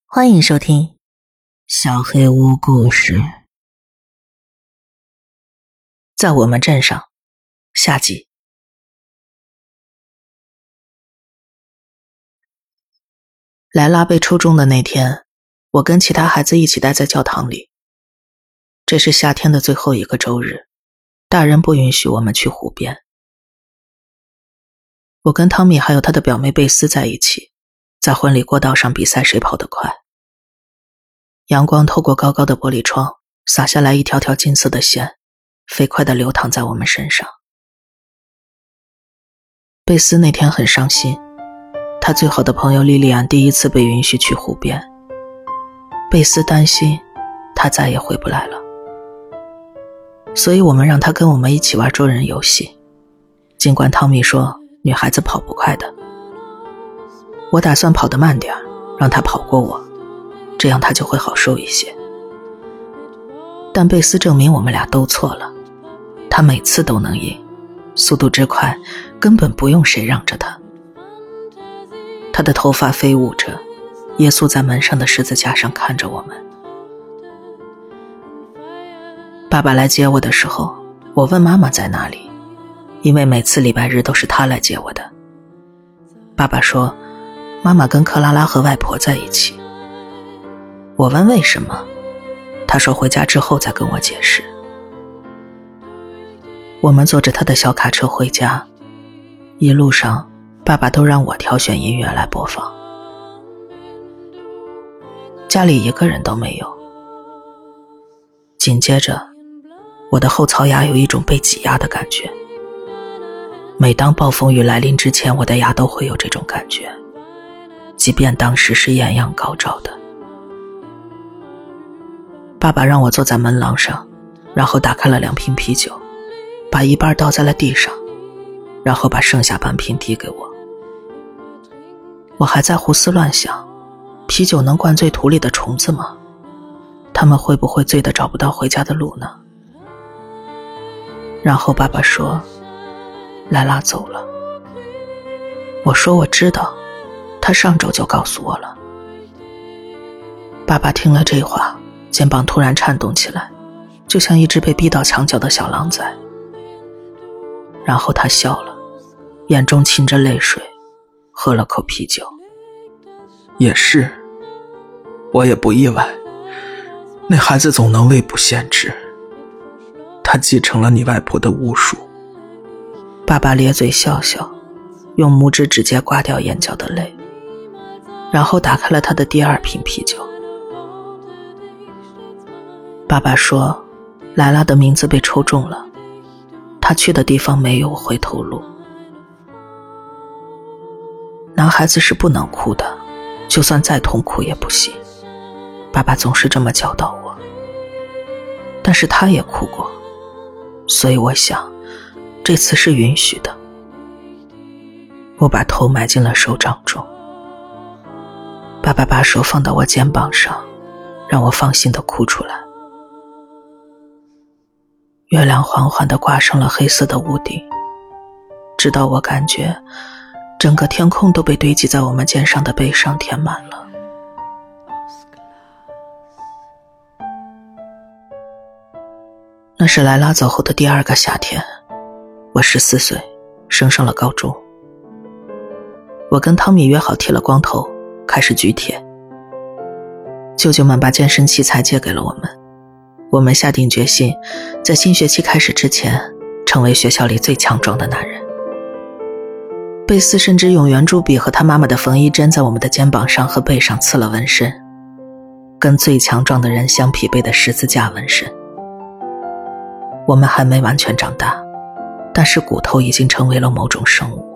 欢迎收听《小黑屋故事》。在我们镇上，下集。莱拉被抽中的那天，我跟其他孩子一起待在教堂里。这是夏天的最后一个周日，大人不允许我们去湖边。我跟汤米还有他的表妹贝斯在一起，在婚礼过道上比赛谁跑得快。阳光透过高高的玻璃窗，洒下来一条条金色的线，飞快地流淌在我们身上。贝斯那天很伤心，他最好的朋友莉莉安第一次被允许去湖边。贝斯担心他再也回不来了，所以我们让他跟我们一起玩捉人游戏。尽管汤米说女孩子跑不快的，我打算跑得慢点，让他跑过我，这样他就会好受一些。但贝斯证明我们俩都错了，他每次都能赢，速度之快，根本不用谁让着他。他的头发飞舞着，耶稣在门上的十字架上看着我们。爸爸来接我的时候，我问妈妈在哪里，因为每次礼拜日都是他来接我的。爸爸说妈妈跟克拉拉和外婆在一起。我问为什么，他说回家之后再跟我解释。我们坐着他的小卡车回家，一路上爸爸都让我挑选音乐来播放。家里一个人都没有。紧接着我的后槽牙有一种被挤压的感觉，每当暴风雨来临之前，我的牙都会有这种感觉，即便当时是艳阳高照的。爸爸让我坐在门廊上，然后打开了2瓶啤酒，把一半倒在了地上，然后把剩下半瓶递给我。我还在胡思乱想，啤酒能灌醉土里的虫子吗？他们会不会醉得找不到回家的路呢？然后爸爸说莱拉走了。我说我知道，他上周就告诉我了。爸爸听了这话，肩膀突然颤动起来，就像一只被逼到墙角的小狼崽。然后他笑了，眼中噙着泪水，喝了口啤酒。 也是，我也不意外，那孩子总能未卜先知，他继承了你外婆的巫术。 爸爸咧嘴笑笑，用拇指直接刮掉眼角的泪，然后打开了他的第2瓶啤酒。爸爸说莱拉的名字被抽中了，他去的地方没有回头路。男孩子是不能哭的，就算再痛苦也不行，爸爸总是这么教导我。但是他也哭过，所以我想这次是允许的。我把头埋进了手掌中，爸爸把手放到我肩膀上，让我放心地哭出来。月亮缓缓地挂上了黑色的屋顶，直到我感觉整个天空都被堆积在我们肩上的悲伤填满了。那是莱拉走后的第2个夏天，我14岁，升上了高中。我跟汤米约好剃了光头，开始举铁。舅舅们把健身器材借给了我们，我们下定决心，在新学期开始之前，成为学校里最强壮的男人。贝斯甚至用圆珠笔和他妈妈的缝衣针在我们的肩膀上和背上刺了纹身，跟最强壮的人相匹配的十字架纹身。我们还没完全长大，但是骨头已经成为了某种生物。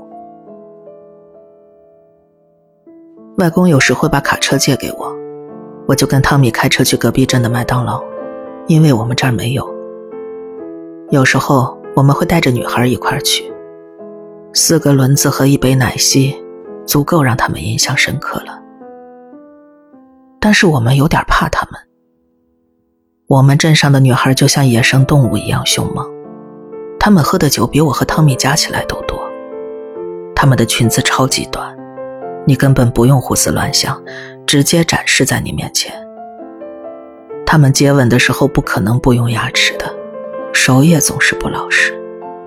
外公有时会把卡车借给我，我就跟汤米开车去隔壁镇的麦当劳，因为我们这儿没有。有时候我们会带着女孩一块儿去，4个轮子和1杯奶昔足够让他们印象深刻了。但是我们有点怕他们。我们镇上的女孩就像野生动物一样凶猛，她们喝的酒比我和汤米加起来都多，她们的裙子超级短，你根本不用胡思乱想， 直接展示在你面前。他们接吻的时候不可能不用牙齿的，手也总是不老实。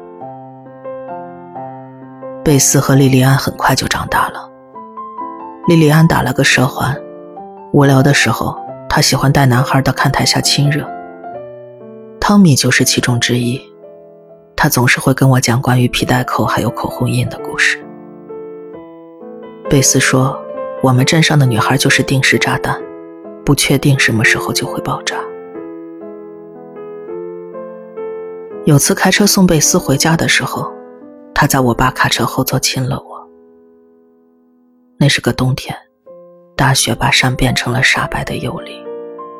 贝斯和莉莉安很快就长大了。莉莉安打了个舌环，无聊的时候她喜欢带男孩到看台下亲热，汤米就是其中之一。他总是会跟我讲关于皮带扣还有口红印的故事。贝斯说，我们镇上的女孩就是定时炸弹，不确定什么时候就会爆炸。有次开车送贝斯回家的时候，他在我爸卡车后座亲了我。那是个冬天，大雪把山变成了煞白的釉里。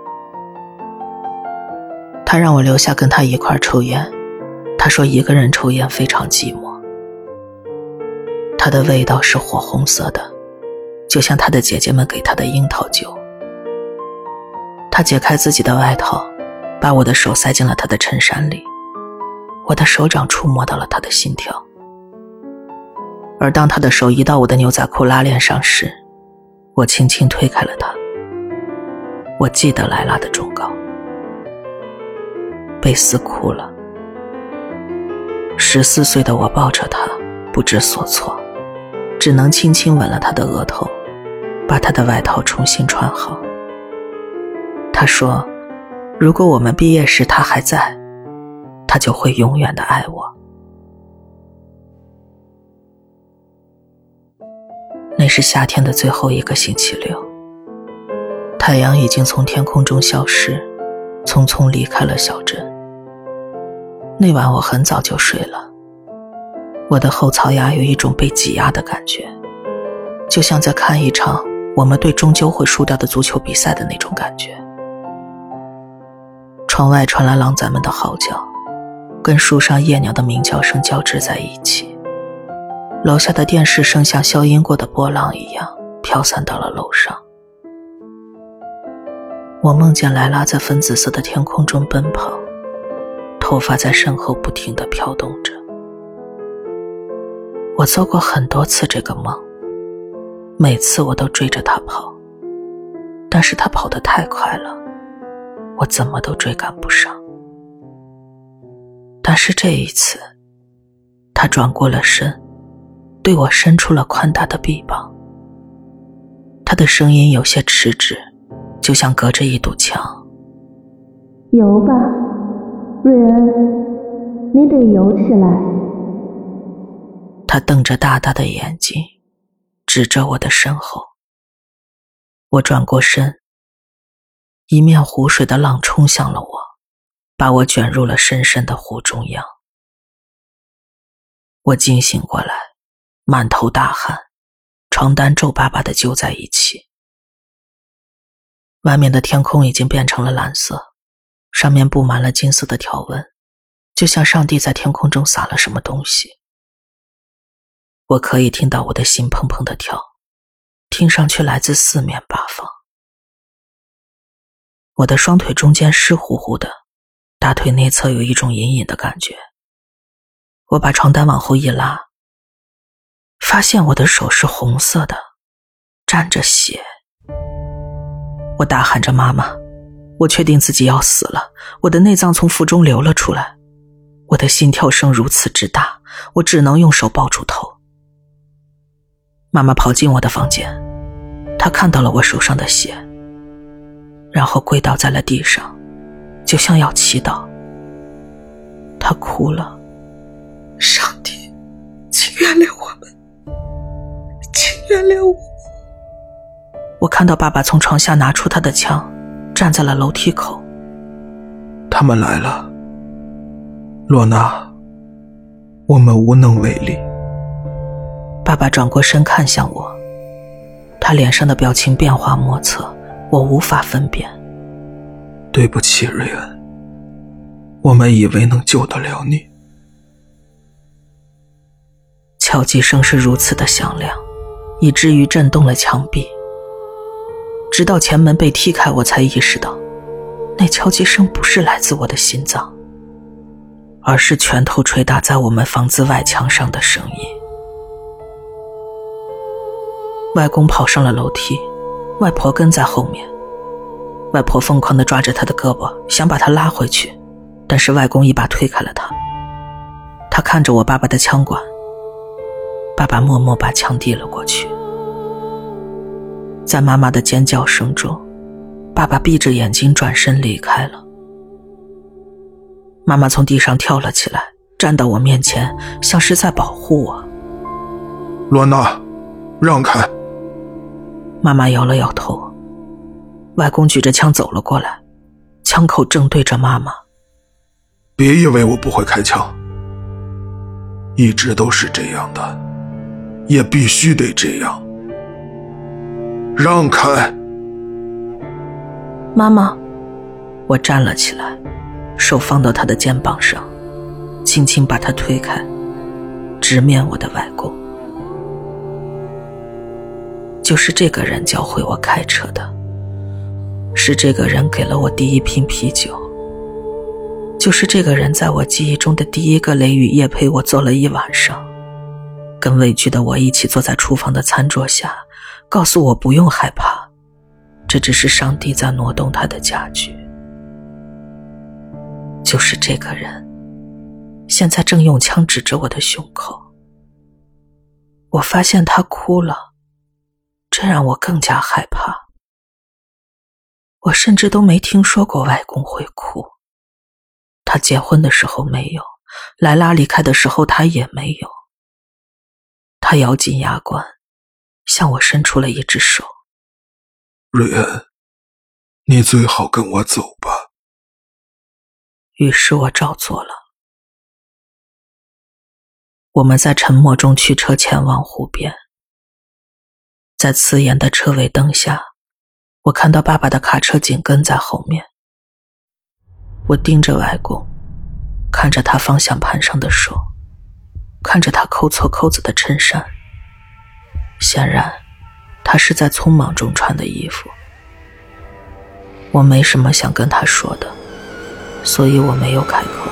他让我留下跟他一块抽烟，他说一个人抽烟非常寂寞。它的味道是火红色的，就像他的姐姐们给他的樱桃酒。他解开自己的外套，把我的手塞进了他的衬衫里，我的手掌触摸到了他的心跳。而当他的手移到我的牛仔裤拉链上时，我轻轻推开了他。我记得莱拉的忠告。贝斯哭了。14岁的我抱着他，不知所措，只能轻轻吻了他的额头，把他的外套重新穿好。他说，如果我们毕业时他还在，他就会永远的爱我。那是夏天的最后一个星期六，太阳已经从天空中消失，匆匆离开了小镇。那晚我很早就睡了，我的后槽牙有一种被挤压的感觉，就像在看一场我们队终究会输掉的足球比赛的那种感觉。窗外传来狼崽们的嚎叫，跟树上夜鸟的鸣叫声交织在一起。楼下的电视声像消音过的波浪一样飘散到了楼上。我梦见莱拉在粉紫色的天空中奔跑，头发在身后不停地飘动着。我做过很多次这个梦，每次我都追着他跑，但是他跑得太快了，我怎么都追赶不上。但是这一次，他转过了身，对我伸出了宽大的臂膀。他的声音有些迟滞，就像隔着一堵墙。 游吧，瑞恩，你得游起来。 他瞪着大大的眼睛，指着我的身后。我转过身，一面湖水的浪冲向了我，把我卷入了深深的湖中央。我惊醒过来，满头大汗，床单皱巴巴地揪在一起。外面的天空已经变成了蓝色，上面布满了金色的条纹，就像上帝在天空中撒了什么东西。我可以听到我的心砰砰地跳，听上去来自四面八方。我的双腿中间湿乎乎的，大腿内侧有一种隐隐的感觉。我把床单往后一拉，发现我的手是红色的，沾着血。我大喊着妈妈，我确定自己要死了，我的内脏从腹中流了出来，我的心跳声如此之大，我只能用手抱住头。妈妈跑进我的房间，她看到了我手上的血，然后跪倒在了地上，就像要祈祷。她哭了， 上帝，请原谅我们，请原谅我。 我看到爸爸从床下拿出他的枪，站在了楼梯口。 他们来了，洛娜，我们无能为力。 爸爸转过身看向我，他脸上的表情变化莫测，我无法分辨。 对不起，瑞恩，我们以为能救得了你。 敲击声是如此的响亮，以至于震动了墙壁。直到前门被踢开，我才意识到，那敲击声不是来自我的心脏，而是拳头捶打在我们房子外墙上的声音。外公跑上了楼梯， 外婆跟在后面。外婆疯狂地抓着他的胳膊，想把他拉回去，但是外公一把推开了他。他看着我爸爸的枪管，爸爸默默把枪递了过去。在妈妈的尖叫声中，爸爸闭着眼睛转身离开了。妈妈从地上跳了起来，站到我面前，像是在保护我。 罗娜，让开。 妈妈摇了摇头。外公举着枪走了过来，枪口正对着妈妈。 别以为我不会开枪，一直都是这样的，也必须得这样。让开。 妈妈，我站了起来，手放到她的肩膀上，轻轻把她推开，直面我的外公。就是这个人教会我开车的，是这个人给了我第一瓶啤酒，就是这个人在我记忆中的第一个雷雨夜陪我坐了一晚上，跟畏惧的我一起坐在厨房的餐桌下，告诉我不用害怕，这只是上帝在挪动他的家具。就是这个人，现在正用枪指着我的胸口。我发现他哭了，这让我更加害怕。我甚至都没听说过外公会哭，他结婚的时候没有，莱拉离开的时候他也没有。他咬紧牙关，向我伸出了一只手。 瑞恩，你最好跟我走吧。 于是我照做了。我们在沉默中驱车前往湖边，在刺眼的车尾灯下，我看到爸爸的卡车紧跟在后面。我盯着外公，看着他方向盘上的手，看着他扣错扣子的衬衫，显然他是在匆忙中穿的衣服。我没什么想跟他说的，所以我没有开口。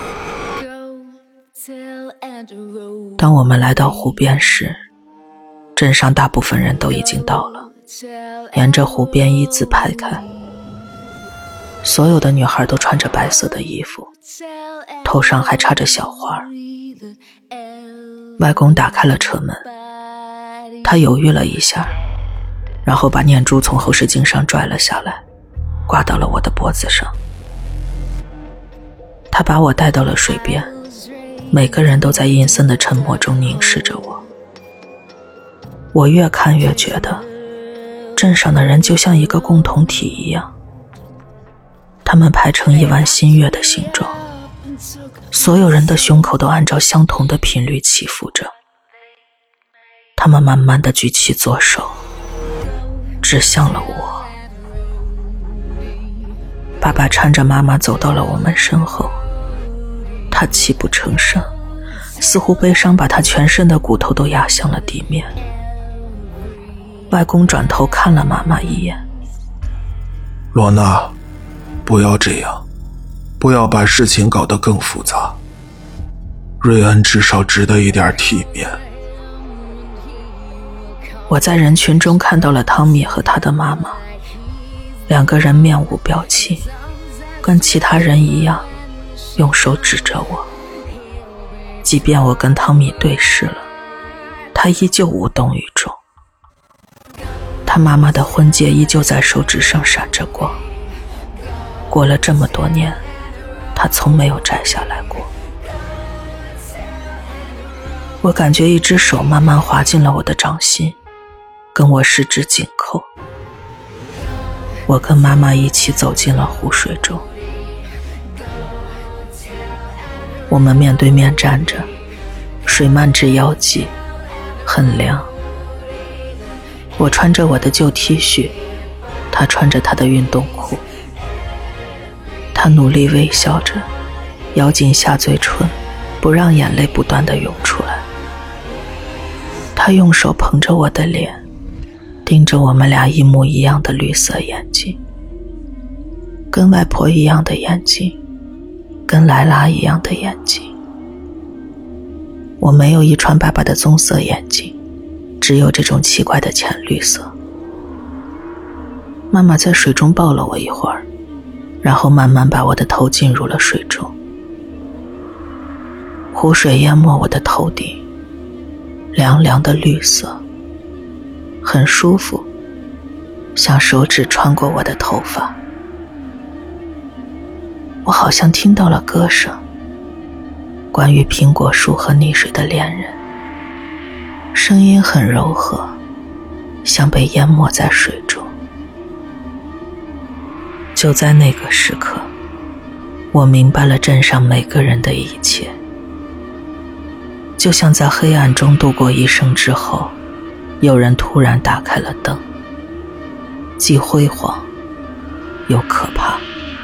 当我们来到湖边时，镇上大部分人都已经到了，沿着湖边一字排开。所有的女孩都穿着白色的衣服，头上还插着小花。外公打开了车门，他犹豫了一下，然后把念珠从后视镜上拽了下来，挂到了我的脖子上。他把我带到了水边，每个人都在阴森的沉默中凝视着我。我越看越觉得镇上的人就像一个共同体一样，他们排成一弯新月的形状，所有人的胸口都按照相同的频率起伏着。他们慢慢地举起左手，指向了我。爸爸搀着妈妈走到了我们身后，他泣不成声，似乎悲伤把他全身的骨头都压向了地面。外公转头看了妈妈一眼。 罗娜，不要这样，不要把事情搞得更复杂。瑞恩至少值得一点体面。 我在人群中看到了汤米和他的妈妈，两个人面无表情，跟其他人一样，用手指着我。即便我跟汤米对视了，他依旧无动于衷。他妈妈的婚戒依旧在手指上闪着光，过了这么多年，他从没有摘下来过。我感觉一只手慢慢滑进了我的掌心，跟我十指紧扣。我跟妈妈一起走进了湖水中。我们面对面站着，水漫至腰际，很凉。我穿着我的旧 T 恤，他穿着他的运动裤。他努力微笑着，咬紧下嘴唇，不让眼泪不断地涌出来。他用手捧着我的脸，盯着我们俩一模一样的绿色眼睛，跟外婆一样的眼睛，跟莱拉一样的眼睛。我没有遗传爸爸的棕色眼睛，只有这种奇怪的浅绿色。 妈妈在水中抱了我一会儿，然后慢慢把我的头浸入了水中。湖水淹没我的头顶，凉凉的绿色，很舒服，像手指穿过我的头发。我好像听到了歌声，关于苹果树和溺水的恋人，声音很柔和，像被淹没在水中。就在那个时刻，我明白了镇上每个人的一切，就像在黑暗中度过一生之后，有人突然打开了灯，既辉煌又可怕。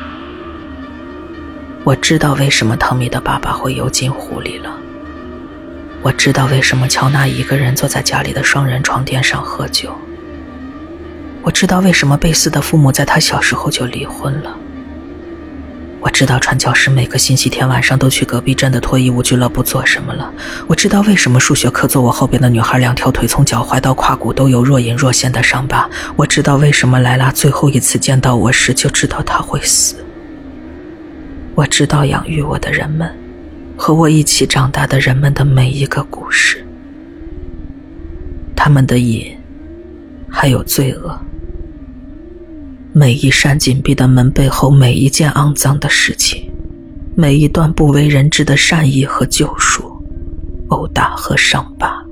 我知道为什么汤米的爸爸会游进湖里了，我知道为什么乔娜一个人坐在家里的双人床垫上喝酒，我知道为什么贝斯的父母在他小时候就离婚了，我知道传教士每个星期天晚上都去隔壁镇的脱衣舞俱乐部做什么了，我知道为什么数学课坐我后边的女孩两条腿从脚踝到胯骨都有若隐若现的伤疤，我知道为什么莱拉最后一次见到我时就知道她会死，我知道养育我的人们和我一起长大的人们的每一个故事，他们的瘾还有罪恶，每一扇紧闭的门背后每一件肮脏的事情，每一段不为人知的善意和救赎，殴打和伤疤，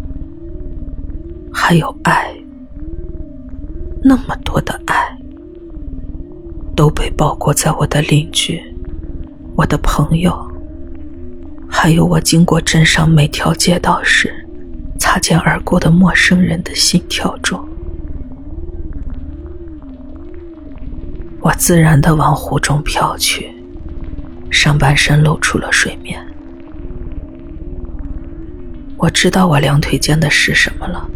还有爱，那么多的爱都被包裹在我的邻居，我的朋友，还有我经过镇上每条街道时擦肩而过的陌生人的心跳中。我自然地往湖中飘去，上半身露出了水面。我知道我两腿间的是什么了。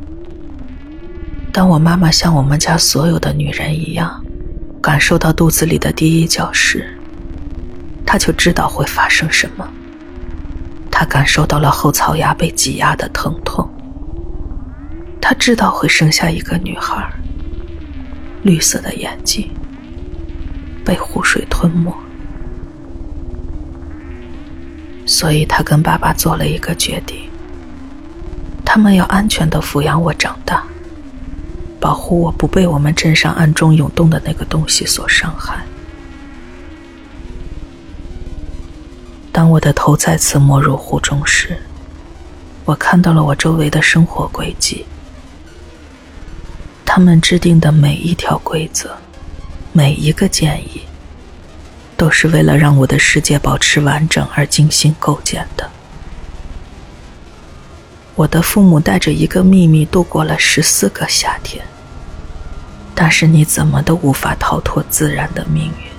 当我妈妈像我们家所有的女人一样，感受到肚子里的第一脚时，她就知道会发生什么。她感受到了后槽牙被挤压的疼痛，她知道会生下一个女孩，绿色的眼睛被湖水吞没，所以她跟爸爸做了一个决定，他们要安全地抚养我长大，保护我不被我们镇上暗中涌动的那个东西所伤害。当我的头再次没入湖中时，我看到了我周围的生活轨迹，他们制定的每一条规则，每一个建议，都是为了让我的世界保持完整而精心构建的。我的父母带着一个秘密度过了14个夏天，但是你怎么都无法逃脱自然的命运。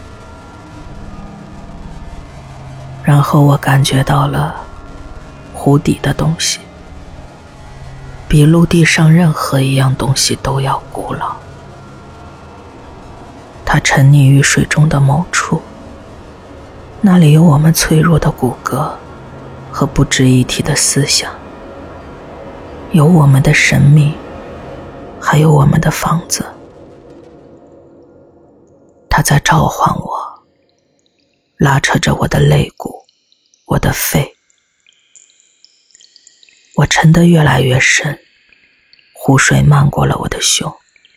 然后我感觉到了湖底的东西比陆地上任何一样东西都要古老，它沉溺于水中的某处，那里有我们脆弱的骨骼和不值一提的思想，有我们的神秘，还有我们的房子。它在召唤我，拉扯着我的肋骨，我的肺。我沉得越来越深，湖水漫过了我的胸。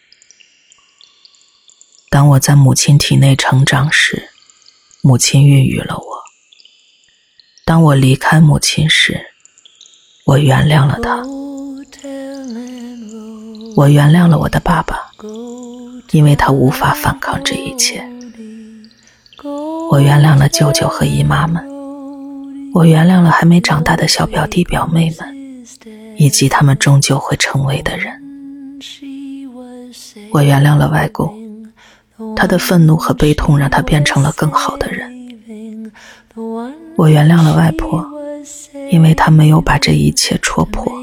当我在母亲体内成长时，母亲孕育了我。当我离开母亲时，我原谅了她。我原谅了我的爸爸，因为他无法反抗这一切。我原谅了舅舅和姨妈们，我原谅了还没长大的小表弟表妹们，以及他们终究会成为的人。我原谅了外公，他的愤怒和悲痛让他变成了更好的人。我原谅了外婆，因为他没有把这一切戳破。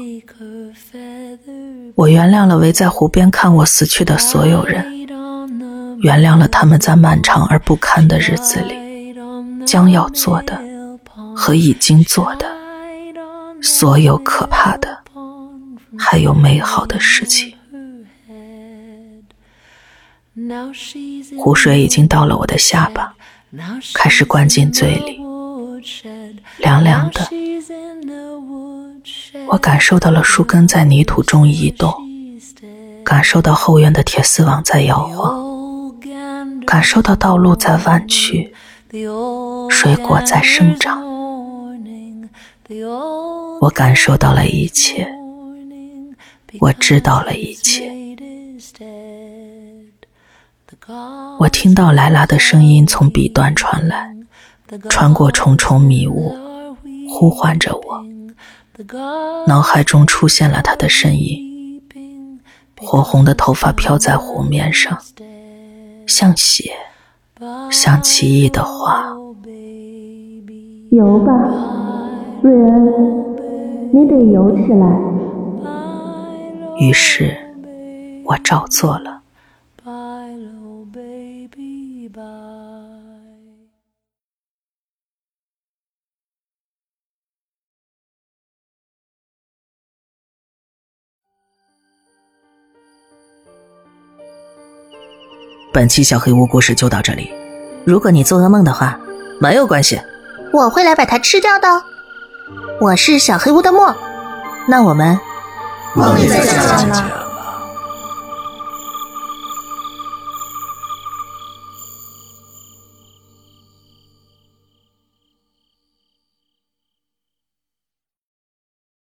我原谅了围在湖边看我死去的所有人，原谅了他们在漫长而不堪的日子里将要做的和已经做的所有可怕的还有美好的事情。 湖水已经到了我的下巴，开始灌进嘴里，凉凉的。我感受到了树根在泥土中移动，感受到后院的铁丝网在摇晃，感受到道路在弯曲，水果在生长。我感受到了一切，我知道了一切。我听到莱拉的声音从彼端传来，穿过重重迷雾，呼唤着我。脑海中出现了她的身影，火红的头发飘在湖面上，像血，像奇异的花。 游吧，瑞恩，你得游起来。 于是我照做了。本期小黑屋故事就到这里，如果你做噩梦的话，没有关系， 我会来把它吃掉的。我是小黑屋的墨， 那我们梦里再见了。